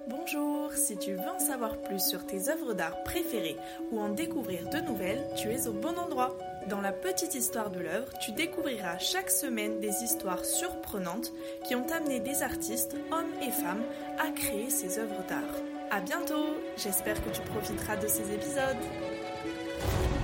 Bonjour, si tu veux en savoir plus sur tes œuvres d'art préférées ou en découvrir de nouvelles, tu es au bon endroit. Dans la petite histoire de l'œuvre, tu découvriras chaque semaine des histoires surprenantes qui ont amené des artistes, hommes et femmes, à créer ces œuvres d'art. À bientôt, j'espère que tu profiteras de ces épisodes.